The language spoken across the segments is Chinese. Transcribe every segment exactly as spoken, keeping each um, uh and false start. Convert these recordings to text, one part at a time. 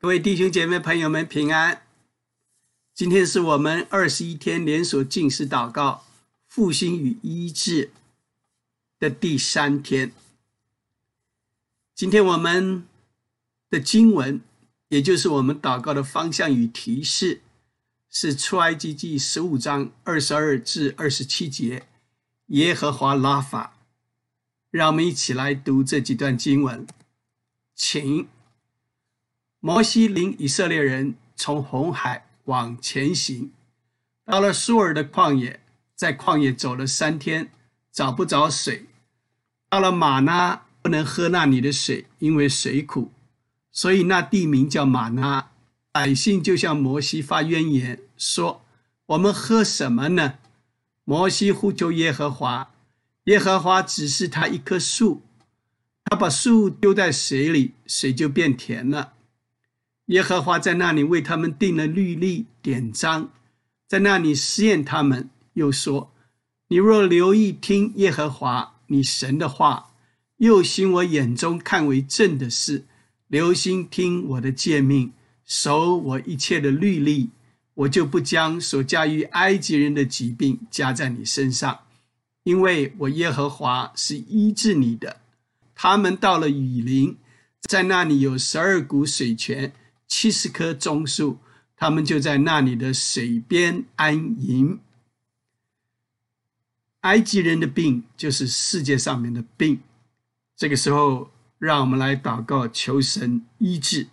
各位弟兄姐妹朋友们平安。今天是我们二十一天连锁禁食祷告复兴与医治的第三天。今天我们的经文，也就是我们祷告的方向与提示，是出埃及记十五章二十二至二十七节，耶和华拉法。让我们一起来读这几段经文。请。摩西领以色列人从红海往前行，到了苏尔的旷野，在旷野走了三天，找不着水。到了玛拿，不能喝那里的水，因为水苦，所以那地名叫玛拿。百姓就向摩西发怨言，说：我们喝什么呢？摩西呼求耶和华，耶和华指示他一棵树，他把树丢在水里，水就变甜了。耶和华在那里为他们定了律例典章，在那里试验他们，又说：你若留意听耶和华你神的话，又行我眼中看为正的事，留心听我的诫命，守我一切的律例，我就不将所加于埃及人的疾病加在你身上，因为我耶和华是医治你的。他们到了雨林，在那里有十二股水泉，七十棵棕树，他们就在那里的水边安营。埃及人的病就是世界上面的病。这个时候，让我们来祷告，求神医治。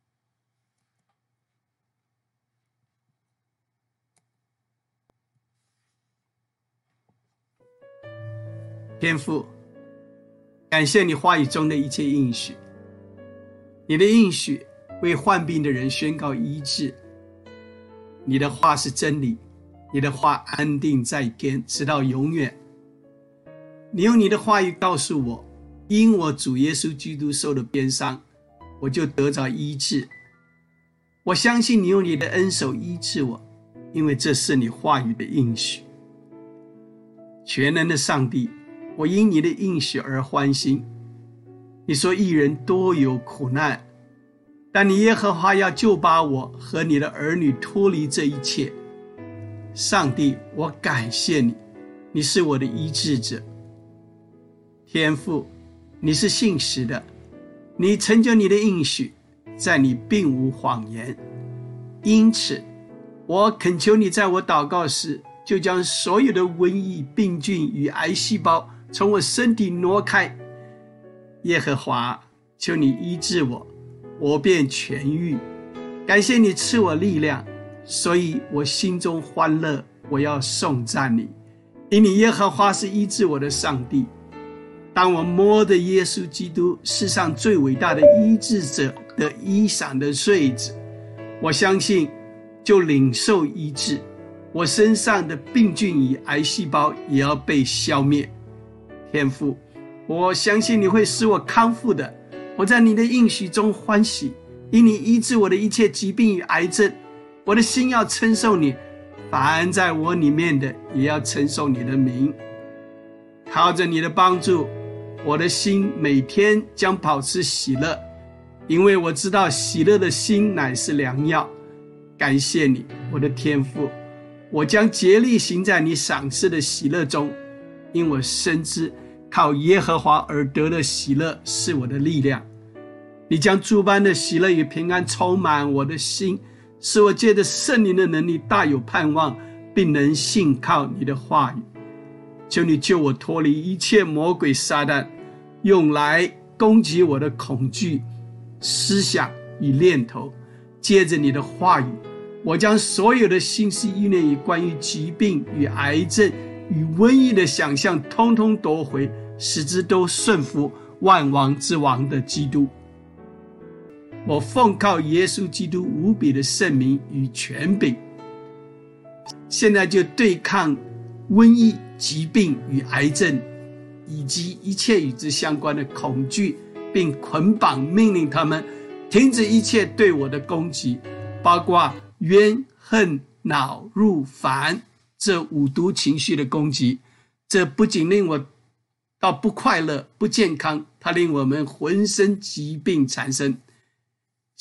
天父，感谢你话语中的一切应许，你的应许为患病的人宣告医治。你的话是真理，你的话安定在天，直到永远。你用你的话语告诉我，因我主耶稣基督受了鞭伤，我就得着医治。我相信你用你的恩手医治我，因为这是你话语的应许。全能的上帝，我因你的应许而欢心。你说义人多有苦难，但你耶和华要救拔我和你的儿女脱离这一切。上帝，我感谢你，你是我的医治者。天父，你是信实的，你成就你的应许，在你并无谎言。因此，我恳求你在我祷告时，就将所有的瘟疫、病菌与癌细胞从我身体挪开。耶和华，求你医治我，我便痊愈。感谢你赐我力量，所以我心中欢乐，我要颂赞你，因你耶和华是医治我的上帝。当我摸着耶稣基督，世上最伟大的医治者的衣裳的穗子，我相信就领受医治，我身上的病菌与癌细胞也要被消灭。天父，我相信你会使我康复的，我在你的应许中欢喜，因你医治我的一切疾病与癌症。我的心要称颂你，凡在我里面的也要称颂你的名。靠着你的帮助，我的心每天将保持喜乐，因为我知道喜乐的心乃是良药。感谢你，我的天父，我将竭力行在你赏赐的喜乐中，因我深知靠耶和华而得的喜乐是我的力量。你将诸般的喜乐与平安充满我的心，使我借着圣灵的能力大有盼望，并能信靠你的话语。求你救我脱离一切魔鬼撒旦用来攻击我的恐惧思想与念头。借着你的话语，我将所有的心思意念与关于疾病与癌症与瘟疫的想象通通夺回，使之都顺服万王之王的基督。我奉靠耶稣基督无比的圣名与权柄，现在就对抗瘟疫、疾病与癌症，以及一切与之相关的恐惧，并捆绑命令他们停止一切对我的攻击，包括冤恨、恼怒、烦这五毒情绪的攻击。这不仅令我到不快乐、不健康，它令我们浑身疾病缠身。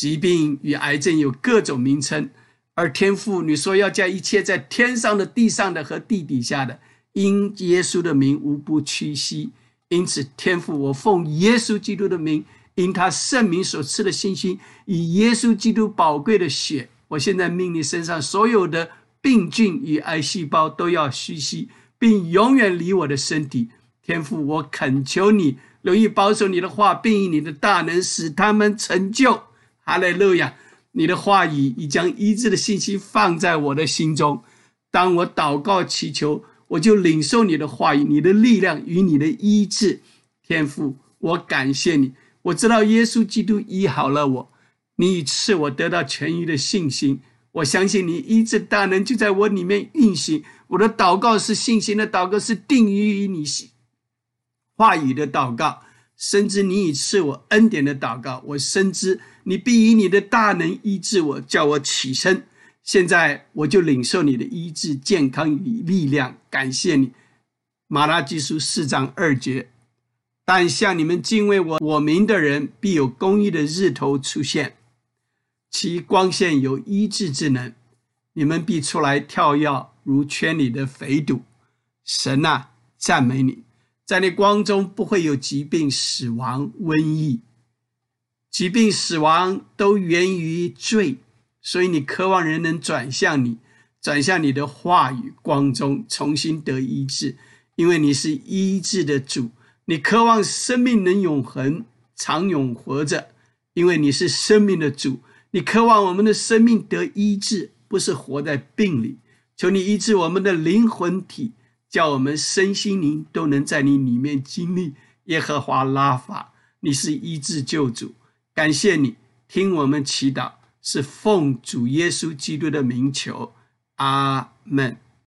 疾病与癌症有各种名称，而天父你说要叫一切在天上的、地上的和地底下的，因耶稣的名无不屈膝。因此天父，我奉耶稣基督的名，因他圣名所赐的信心，以耶稣基督宝贵的血，我现在命你身上所有的病菌与癌细胞都要屈膝，并永远离我的身体。天父，我恳求你留意保守你的话，并以你的大能使他们成就。哈利路亚！你的话语已将医治的信息放在我的心中，当我祷告祈求，我就领受你的话语，你的力量与你的医治。天父，我感谢你，我知道耶稣基督医好了我，你已赐我得到痊愈的信心。我相信你医治大能就在我里面运行。我的祷告是信心的祷告，是定于你话语的祷告，深知你已赐我恩典的祷告。我深知你必以你的大能医治我，叫我起身。现在我就领受你的医治、健康与力量，感谢你。马拉基书四章二节，但向你们敬畏我我名的人，必有公义的日头出现，其光线有医治之能，你们必出来跳跃，如圈里的肥犊。神啊，赞美你，在你光中不会有疾病、死亡、瘟疫。疾病、死亡都源于罪，所以你渴望人能转向你，转向你的话语光中，重新得医治，因为你是医治的主。你渴望生命能永恒，长永活着，因为你是生命的主。你渴望我们的生命得医治，不是活在病里。求你医治我们的灵魂体，叫我们身心灵都能在你里面经历耶和华拉法。你是医治救主，感谢你听我们祈祷，是奉主耶稣基督的名求，阿们。